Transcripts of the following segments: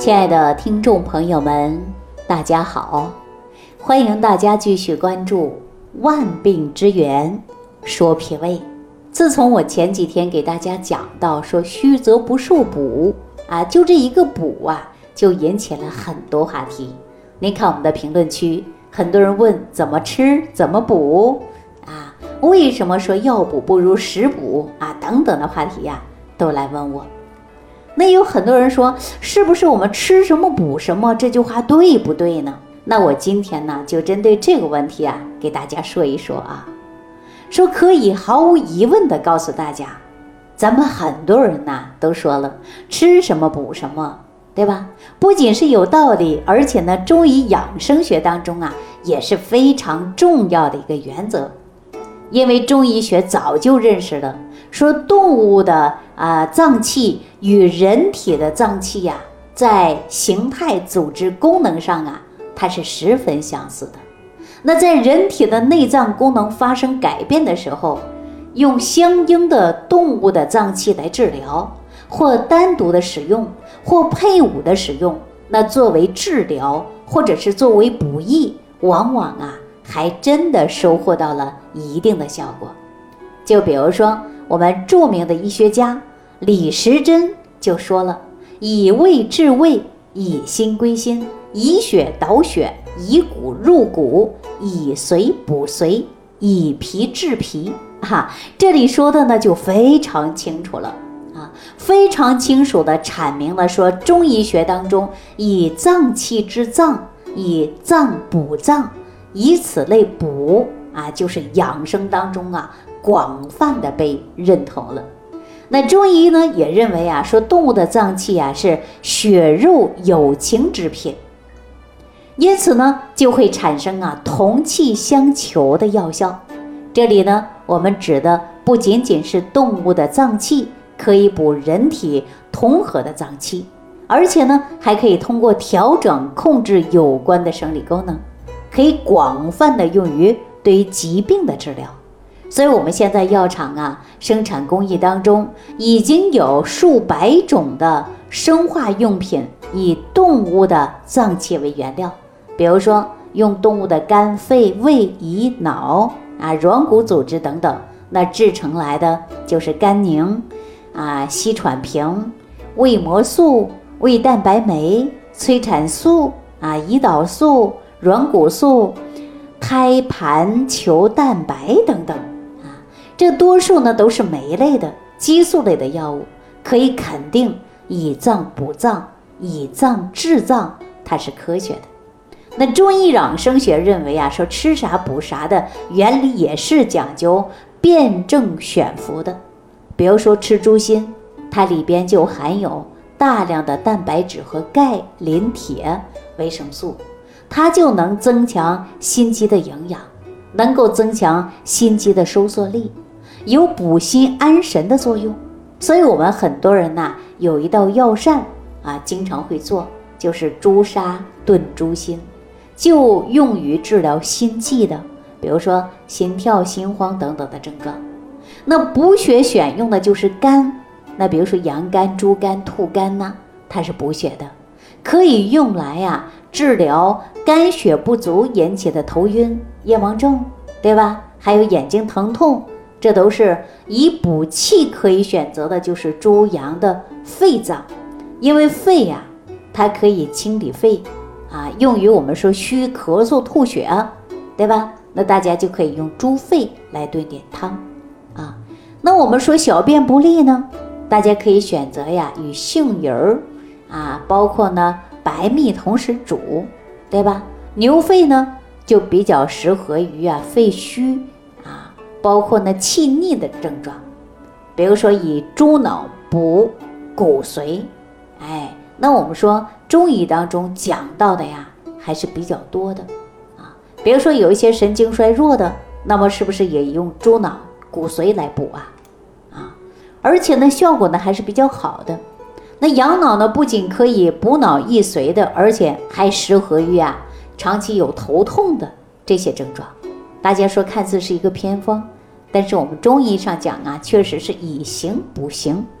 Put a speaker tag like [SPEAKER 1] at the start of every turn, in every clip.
[SPEAKER 1] 亲爱的听众朋友们，大家好，欢迎大家继续关注万病之源说脾胃。自从我前几天给大家讲到说虚则不受补啊，就这一个补啊，就引起了很多话题。您看我们的评论区，很多人问怎么吃怎么补啊，为什么说药补不如食补啊，等等的话题呀，都来问我。那有很多人说，是不是我们吃什么补什么，这句话对不对呢？那我今天呢，就针对这个问题啊，给大家说一说啊。说可以毫无疑问的告诉大家，咱们很多人呢都说了，吃什么补什么，对吧？不仅是有道理，而且呢，中医养生学当中啊，也是非常重要的一个原则。因为中医学早就认识了，说动物的脏器与人体的脏器呀，在形态、组织、功能上啊，它是十分相似的。那在人体的内脏功能发生改变的时候，用相应的动物的脏器来治疗，或单独的使用，或配伍的使用，那作为治疗或者是作为补益，往往啊还真的收获到了一定的效果。就比如说我们著名的医学家李时珍就说了，以胃治胃，以心归心，以血导血，以骨入骨，以髓补髓，以脾治脾这里说的呢就非常清楚了非常清楚地阐明了说中医学当中以脏器治脏，以脏补脏，以此类补就是养生当中广泛的被认同了。那中医呢也认为说动物的脏器是血肉有情之品，因此呢就会产生同气相求的药效。这里呢我们指的不仅仅是动物的脏器可以补人体同合的脏器，而且呢还可以通过调整控制有关的生理功能，可以广泛的用于对于疾病的治疗。所以我们现在药厂生产工艺当中已经有数百种的生化用品以动物的脏器为原料，比如说用动物的肝、肺、胃、胰、脑软骨组织等等，那制成来的就是肝宁西喘平、胃膜素、胃蛋白酶、催产素胰岛素、软骨素、胎盘球蛋白等等这多数呢都是酶类的激素类的药物，可以肯定以脏补脏，以脏治脏，它是科学的。那中医养生学认为说吃啥补啥的原理也是讲究辨证选服的。比如说吃猪心，它里边就含有大量的蛋白质和钙、磷、铁、维生素，它就能增强心肌的营养，能够增强心肌的收缩力，有补心安神的作用。所以我们很多人有一道药膳经常会做，就是猪砂炖猪心，就用于治疗心悸的，比如说心跳、心慌等等的症状。那补血选用的就是肝，那比如说羊肝、猪肝、兔肝它是补血的，可以用来治疗肝血不足引起的头晕、夜盲症，对吧？还有眼睛疼痛，这都是以补气可以选择的，就是猪羊的肺脏，因为肺它可以清理肺用于我们说虚咳嗽吐血对吧？那大家就可以用猪肺来炖点汤那我们说小便不利呢，大家可以选择与杏仁儿包括呢白蜜同时煮，对吧？牛肺呢就比较适合于肺虚包括呢气逆的症状，比如说以猪脑补骨髓那我们说中医当中讲到的还是比较多的比如说有一些神经衰弱的，那么是不是也用猪脑骨髓来补而且呢效果呢还是比较好的。那羊脑呢不仅可以补脑益髓的，而且还适合于长期有头痛的这些症状。大家说看似是一个偏方，但是我们中医上讲确实是以形补形，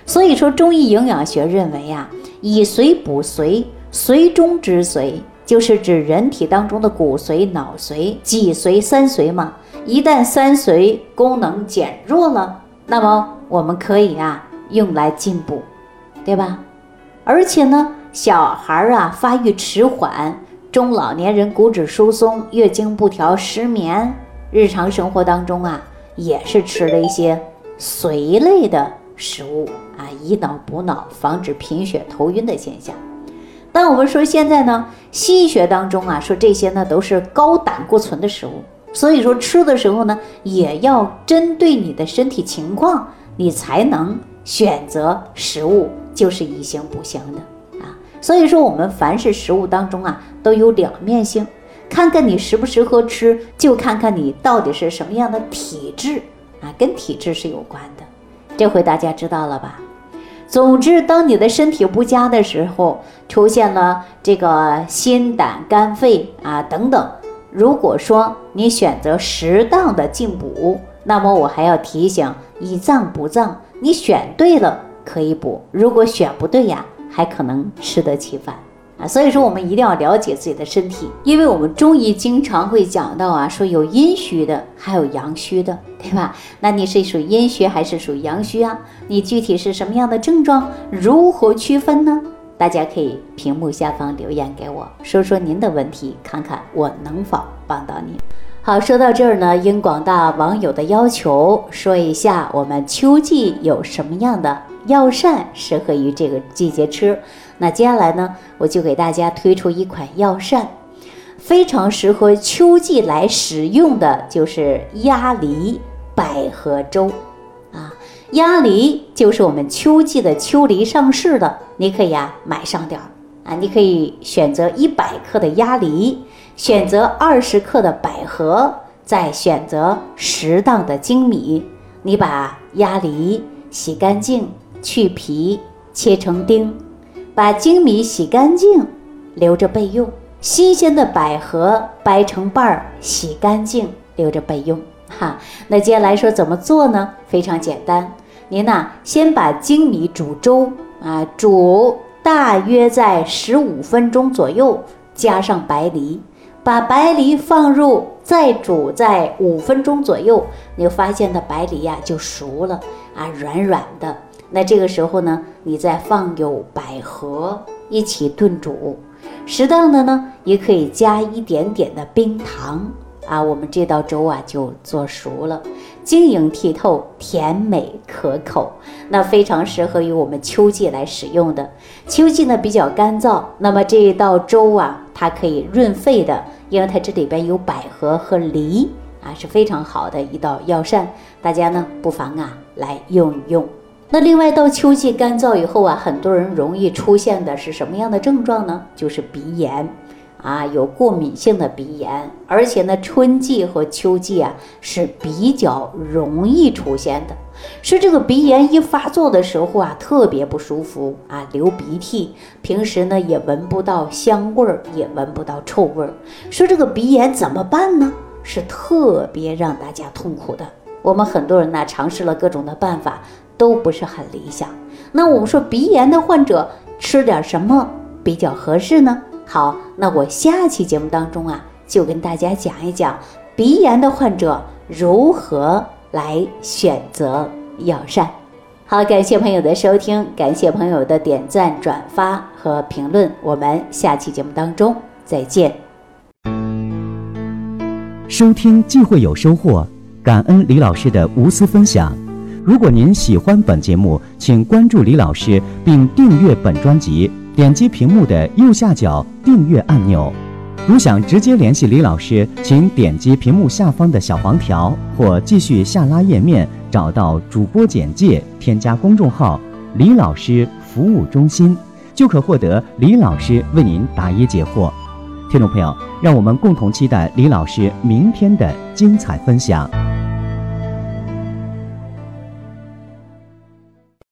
[SPEAKER 1] 所以说中医营养学认为啊，以髓补髓，髓中之髓，就是指人体当中的骨髓、脑髓、脊髓三髓嘛。一旦三髓功能减弱了，那么我们可以用来进补，对吧？而且呢，小孩发育迟缓，中老年人骨质疏松、月经不调、失眠，日常生活当中也是吃了一些髓类的食物以脑补脑，防止贫血头晕的现象。但我们说现在呢，西医学当中说这些呢都是高胆固醇的食物，所以说吃的时候呢，也要针对你的身体情况，你才能选择食物，就是宜行不行的所以说我们凡是食物当中都有两面性，看看你适不适合吃，就看看你到底是什么样的体质跟体质是有关的。这回大家知道了吧？总之，当你的身体不佳的时候，出现了这个心胆肝肺等等，如果说你选择适当的进补，那么我还要提醒，以脏补脏，你选对了可以补，如果选不对还可能适得其反所以说我们一定要了解自己的身体，因为我们中医经常会讲到说有阴虚的，还有阳虚的，对吧？那你是属于阴虚还是属于阳虚你具体是什么样的症状，如何区分呢？大家可以屏幕下方留言给我，说说您的问题，看看我能否帮到您。好，说到这儿呢，应广大网友的要求，说一下我们秋季有什么样的药膳适合于这个季节吃。那接下来呢，我就给大家推出一款药膳，非常适合秋季来使用的，就是鸭梨百合粥鸭梨就是我们秋季的秋梨上市的，你可以买上点你可以选择100克的鸭梨，选择20克的百合，再选择适当的粳米。你把鸭梨洗干净，去皮，切成丁，把粳米洗干净，留着备用。新鲜的百合掰成瓣，洗干净，留着备用那接下来说怎么做呢？非常简单，您先把粳米煮粥煮大约在15分钟左右，加上白梨，把白梨放入，再煮在5分钟左右，你就发现的白梨就熟了软软的。那这个时候呢，你再放有百合一起炖煮，适当的呢也可以加一点点的冰糖我们这道粥就做熟了，晶莹剔透，甜美可口，那非常适合于我们秋季来使用的。秋季呢比较干燥，那么这一道粥它可以润肺的，因为它这里边有百合和梨是非常好的一道药膳，大家呢不妨来用一用。那另外到秋季干燥以后很多人容易出现的是什么样的症状呢？就是鼻炎有过敏性的鼻炎，而且呢春季和秋季是比较容易出现的。是这个鼻炎一发作的时候特别不舒服流鼻涕，平时呢也闻不到香味儿，也闻不到臭味儿。说这个鼻炎怎么办呢？是特别让大家痛苦的。我们很多人尝试了各种的办法，都不是很理想。那我们说鼻炎的患者吃点什么比较合适呢？好，那我下期节目当中就跟大家讲一讲鼻炎的患者如何来选择药膳。好，感谢朋友的收听，感谢朋友的点赞、转发和评论，我们下期节目当中再见。
[SPEAKER 2] 收听既会有收获，感恩李老师的无私分享。如果您喜欢本节目，请关注李老师并订阅本专辑，点击屏幕的右下角订阅按钮。如想直接联系李老师，请点击屏幕下方的小黄条，或继续下拉页面找到主播简介，添加公众号李老师服务中心，就可获得李老师为您答疑解惑。听众朋友，让我们共同期待李老师明天的精彩分享。